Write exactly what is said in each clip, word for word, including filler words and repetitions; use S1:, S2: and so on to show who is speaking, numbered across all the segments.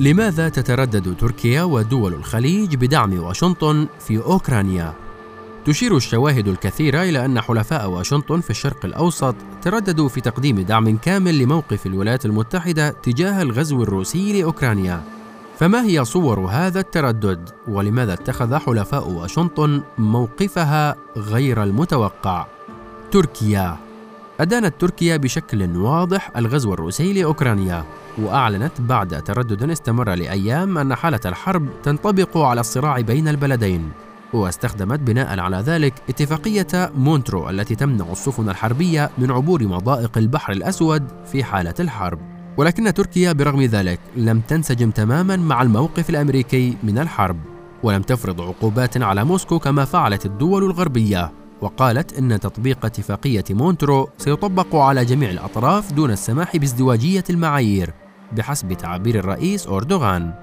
S1: لماذا تتردد تركيا ودول الخليج بدعم واشنطن في أوكرانيا؟ تشير الشواهد الكثيرة إلى أن حلفاء واشنطن في الشرق الأوسط ترددوا في تقديم دعم كامل لموقف الولايات المتحدة تجاه الغزو الروسي لأوكرانيا. فما هي صور هذا التردد؟ ولماذا اتخذ حلفاء واشنطن موقفها غير المتوقع؟ تركيا أدانت تركيا بشكل واضح الغزو الروسي لأوكرانيا، وأعلنت بعد تردد استمر لأيام أن حالة الحرب تنطبق على الصراع بين البلدين، واستخدمت بناء على ذلك اتفاقية مونترو التي تمنع السفن الحربية من عبور مضائق البحر الأسود في حالة الحرب. ولكن تركيا برغم ذلك لم تنسجم تماما مع الموقف الأمريكي من الحرب، ولم تفرض عقوبات على موسكو كما فعلت الدول الغربية، وقالت إن تطبيق اتفاقية مونترو سيطبق على جميع الأطراف دون السماح بازدواجية المعايير بحسب تعبير الرئيس أردوغان.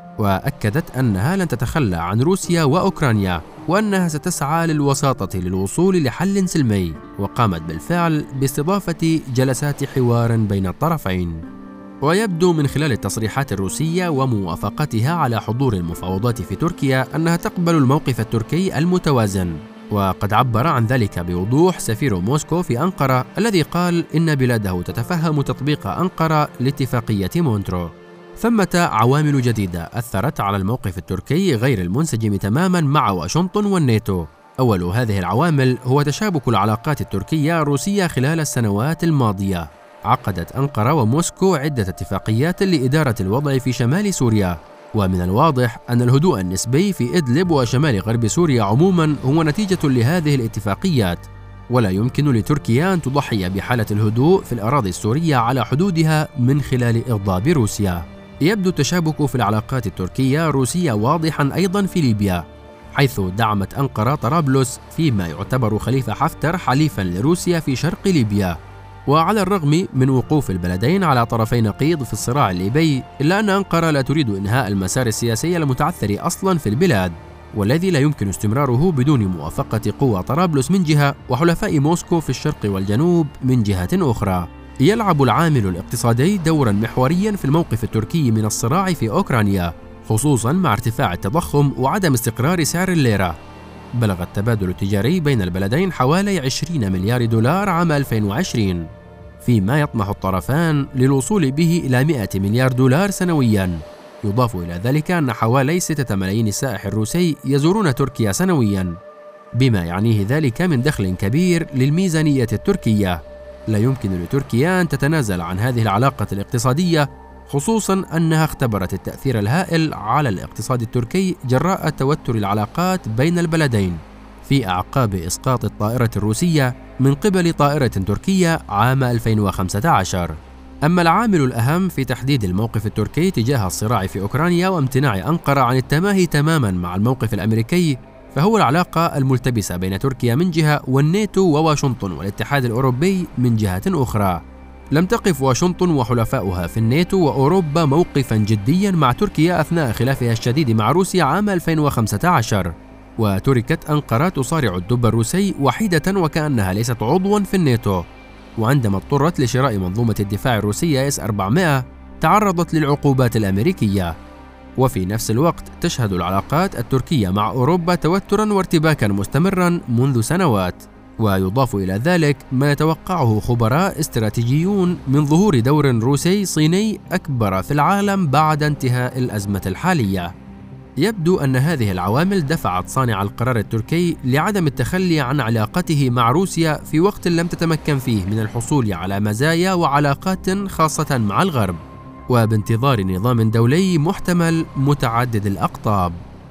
S1: وأكدت أنها لن تتخلى عن روسيا وأوكرانيا، وأنها ستسعى للوساطة للوصول لحل سلمي، وقامت بالفعل باستضافة جلسات حوار بين الطرفين. ويبدو من خلال التصريحات الروسية وموافقتها على حضور المفاوضات في تركيا أنها تقبل الموقف التركي المتوازن، وقد عبر عن ذلك بوضوح سفير موسكو في أنقرة الذي قال إن بلاده تتفهم تطبيق أنقرة لاتفاقية مونترو. ثمة عوامل جديدة أثرت على الموقف التركي غير المنسجم تماما مع واشنطن والناتو. أول هذه العوامل هو تشابك العلاقات التركية الروسية خلال السنوات الماضية. عقدت أنقرة وموسكو عدة اتفاقيات لإدارة الوضع في شمال سوريا، ومن الواضح أن الهدوء النسبي في إدلب وشمال غرب سوريا عموما هو نتيجة لهذه الاتفاقيات، ولا يمكن لتركيا أن تضحي بحالة الهدوء في الأراضي السورية على حدودها من خلال إغضاب روسيا. يبدو التشابك في العلاقات التركية الروسية واضحا أيضا في ليبيا، حيث دعمت أنقرة طرابلس فيما يعتبر خليفة حفتر حليفا لروسيا في شرق ليبيا. وعلى الرغم من وقوف البلدين على طرفي نقيض في الصراع الليبي، إلا أن أنقرة لا تريد إنهاء المسار السياسي المتعثر أصلا في البلاد، والذي لا يمكن استمراره بدون موافقة قوى طرابلس من جهة وحلفاء موسكو في الشرق والجنوب من جهة أخرى. يلعب العامل الاقتصادي دورا محوريا في الموقف التركي من الصراع في أوكرانيا، خصوصا مع ارتفاع التضخم وعدم استقرار سعر الليرة. بلغ التبادل التجاري بين البلدين حوالي عشرين مليار دولار عام ألفين وعشرين، فيما يطمح الطرفان للوصول به إلى مئة مليار دولار سنويا. يضاف إلى ذلك أن حوالي ستة ملايين سائح روسي يزورون تركيا سنويا، بما يعنيه ذلك من دخل كبير للميزانية التركية. لا يمكن لتركيا أن تتنازل عن هذه العلاقة الاقتصادية، خصوصا أنها اختبرت التأثير الهائل على الاقتصاد التركي جراء توتر العلاقات بين البلدين في أعقاب إسقاط الطائرة الروسية من قبل طائرة تركية عام ألفين وخمسة عشر. أما العامل الأهم في تحديد الموقف التركي تجاه الصراع في أوكرانيا وامتناع أنقرة عن التماهي تماما مع الموقف الأمريكي، فهو العلاقة الملتبسة بين تركيا من جهة والناتو وواشنطن والاتحاد الأوروبي من جهة أخرى. لم تقف واشنطن وحلفاؤها في الناتو وأوروبا موقفا جديا مع تركيا أثناء خلافها الشديد مع روسيا عام ألفين وخمسة عشر، وتركت أنقرة تصارع الدب الروسي وحيدة وكأنها ليست عضوا في الناتو. وعندما اضطرت لشراء منظومة الدفاع الروسية إس أربعمائة تعرضت للعقوبات الأمريكية. وفي نفس الوقت تشهد العلاقات التركية مع أوروبا توترا وارتباكا مستمرا منذ سنوات. ويضاف إلى ذلك ما يتوقعه خبراء استراتيجيون من ظهور دور روسي صيني أكبر في العالم بعد انتهاء الأزمة الحالية. يبدو أن هذه العوامل دفعت صانع القرار التركي لعدم التخلي عن علاقته مع روسيا في وقت لم تتمكن فيه من الحصول على مزايا وعلاقات خاصة مع الغرب، وبانتظار نظام دولي محتمل متعدد الأقطاب.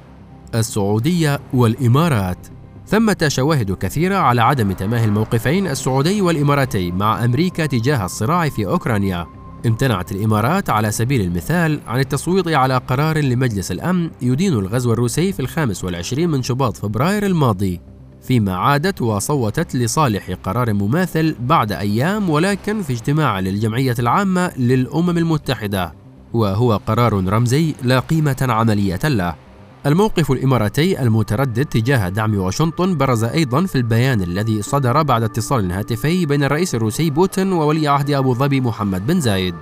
S1: السعودية والإمارات. ثمة شواهد كثيرة على عدم تماهي الموقفين السعودي والإماراتي مع أمريكا تجاه الصراع في أوكرانيا. امتنعت الإمارات على سبيل المثال عن التصويت على قرار لمجلس الأمن يدين الغزو الروسي في الخامس والعشرين من شباط فبراير الماضي، فيما عادت وصوتت لصالح قرار مماثل بعد أيام ولكن في اجتماع للجمعية العامة للأمم المتحدة، وهو قرار رمزي لا قيمة عملية له. الموقف الإماراتي المتردد تجاه دعم واشنطن برز أيضا في البيان الذي صدر بعد اتصال هاتفي بين الرئيس الروسي بوتين وولي عهد أبو ظبي محمد بن زايد،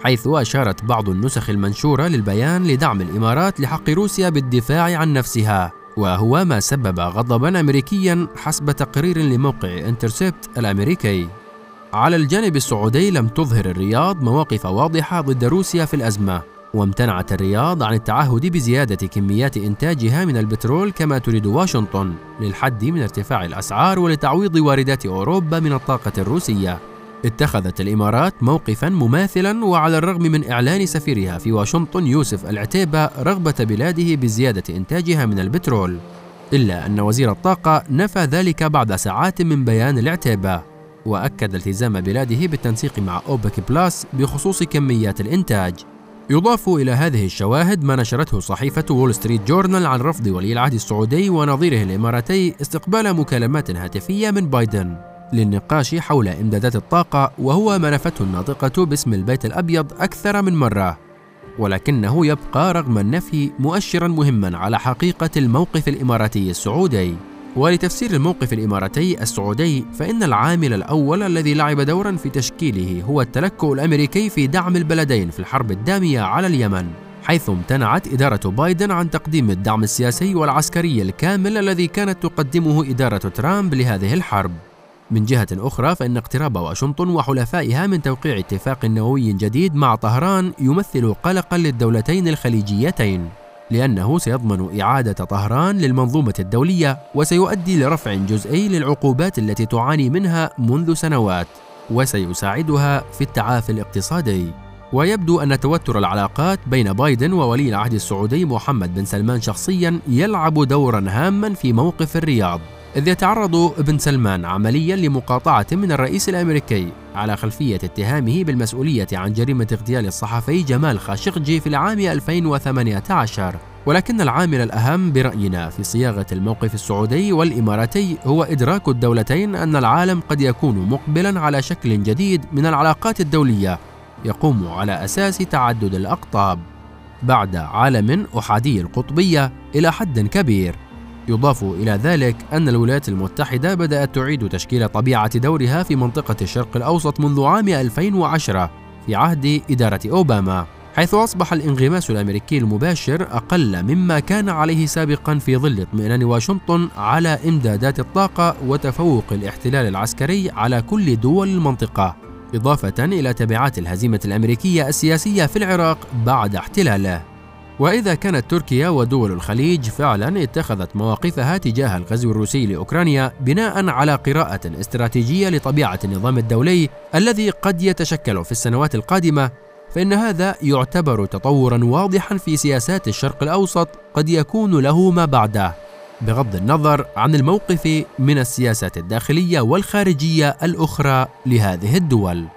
S1: حيث أشارت بعض النسخ المنشورة للبيان لدعم الإمارات لحق روسيا بالدفاع عن نفسها، وهو ما سبب غضباً أمريكياً حسب تقرير لموقع انترسبت الأمريكي. على الجانب السعودي لم تظهر الرياض مواقف واضحة ضد روسيا في الأزمة، وامتنعت الرياض عن التعهد بزيادة كميات إنتاجها من البترول كما تريد واشنطن للحد من ارتفاع الأسعار ولتعويض واردات أوروبا من الطاقة الروسية. اتخذت الإمارات موقفاً مماثلاً، وعلى الرغم من إعلان سفيرها في واشنطن يوسف العتيبة رغبة بلاده بزيادة إنتاجها من البترول، إلا أن وزير الطاقة نفى ذلك بعد ساعات من بيان العتيبة، وأكد التزام بلاده بالتنسيق مع أوبك بلاس بخصوص كميات الإنتاج. يضاف إلى هذه الشواهد ما نشرته صحيفة وول ستريت جورنال عن رفض ولي العهد السعودي ونظيره الإماراتي استقبال مكالمات هاتفية من بايدن للنقاش حول إمدادات الطاقة، وهو ما نفته الناطقة باسم البيت الأبيض أكثر من مرة، ولكنه يبقى رغم النفي مؤشراً مهماً على حقيقة الموقف الإماراتي السعودي. ولتفسير الموقف الإماراتي السعودي، فإن العامل الأول الذي لعب دوراً في تشكيله هو التلكؤ الأمريكي في دعم البلدين في الحرب الدامية على اليمن، حيث امتنعت إدارة بايدن عن تقديم الدعم السياسي والعسكري الكامل الذي كانت تقدمه إدارة ترامب لهذه الحرب. من جهة أخرى، فإن اقتراب واشنطن وحلفائها من توقيع اتفاق نووي جديد مع طهران يمثل قلقاً للدولتين الخليجيتين، لأنه سيضمن إعادة طهران للمنظومة الدولية وسيؤدي لرفع جزئي للعقوبات التي تعاني منها منذ سنوات، وسيساعدها في التعافي الاقتصادي. ويبدو أن توتر العلاقات بين بايدن وولي العهد السعودي محمد بن سلمان شخصياً يلعب دوراً هاماً في موقف الرياض، إذ يتعرض ابن سلمان عملياً لمقاطعة من الرئيس الأمريكي على خلفية اتهامه بالمسؤولية عن جريمة اغتيال الصحفي جمال خاشقجي في العام ألفين وثمانية عشر. ولكن العامل الأهم برأينا في صياغة الموقف السعودي والإماراتي هو إدراك الدولتين أن العالم قد يكون مقبلاً على شكل جديد من العلاقات الدولية يقوم على أساس تعدد الأقطاب، بعد عالم أحادي القطبية إلى حد كبير. يضاف إلى ذلك أن الولايات المتحدة بدأت تعيد تشكيل طبيعة دورها في منطقة الشرق الأوسط منذ عام ألفين وعشرة في عهد إدارة أوباما، حيث أصبح الانغماس الأمريكي المباشر أقل مما كان عليه سابقا في ظل اطمئنان واشنطن على إمدادات الطاقة وتفوق الاحتلال العسكري على كل دول المنطقة، إضافة إلى تبعات الهزيمة الأمريكية السياسية في العراق بعد احتلاله. وإذا كانت تركيا ودول الخليج فعلا اتخذت مواقفها تجاه الغزو الروسي لأوكرانيا بناء على قراءة استراتيجية لطبيعة النظام الدولي الذي قد يتشكل في السنوات القادمة، فإن هذا يعتبر تطورا واضحا في سياسات الشرق الأوسط قد يكون له ما بعده، بغض النظر عن الموقف من السياسات الداخلية والخارجية الأخرى لهذه الدول.